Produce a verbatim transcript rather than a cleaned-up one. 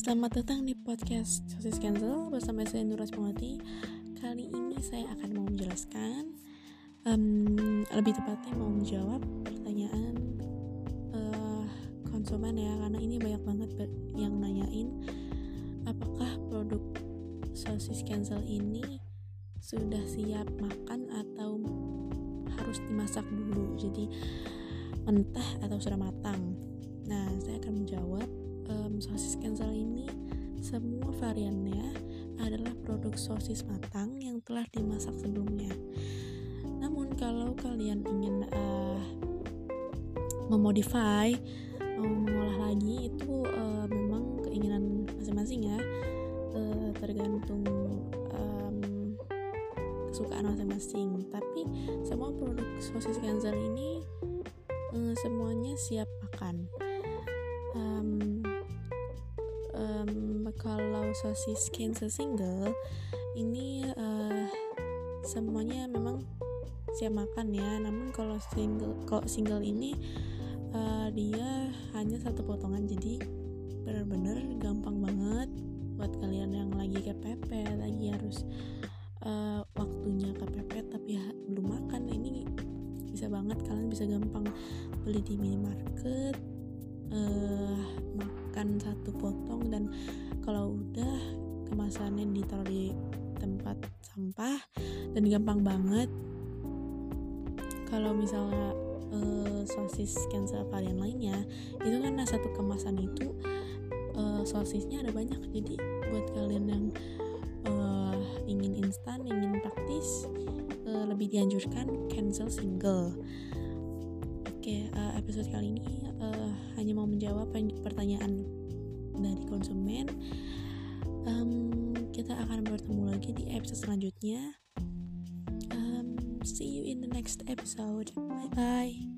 Selamat datang di podcast Sosis Cancel bersama saya Nur Rasmawati. Kali ini saya akan mau menjelaskan, um, lebih tepatnya mau menjawab pertanyaan uh, konsumen ya, karena ini banyak banget yang nanyain apakah produk Sosis Cancel ini sudah siap makan atau harus dimasak dulu, jadi mentah atau sudah matang. Nah, saya akan menjawab, um, sosis cancel ini semua variannya adalah produk sosis matang yang telah dimasak sebelumnya. Namun kalau kalian ingin uh, memodify, mau mengolah lagi, itu uh, memang keinginan masing-masing ya, uh, tergantung um, kesukaan masing-masing. Tapi semua produk sosis cancel ini uh, semuanya siap makan. Um, um, kalau sosis cancel single ini uh, semuanya memang siap makan ya. Namun kalau single kalau single ini uh, dia hanya satu potongan, jadi benar-benar gampang banget buat kalian yang lagi kepepet, lagi harus uh, waktunya kepepet tapi ha- belum makan. Ini bisa banget, kalian bisa gampang beli di minimarket, uh, makan satu potong, dan kalau udah kemasannya ditaruh di tempat sampah dan gampang banget. Kalau misalnya uh, sosis cancel varian lainnya itu kan satu kemasan itu uh, sosisnya ada banyak, jadi buat kalian yang uh, ingin instan, ingin praktis, uh, lebih dianjurkan cancel single. Oke, uh, episode kali ini uh, hanya mau menjawab pertanyaan dari konsumen. Um, kita akan bertemu lagi di episode selanjutnya. Um, see you in the next episode. Bye bye.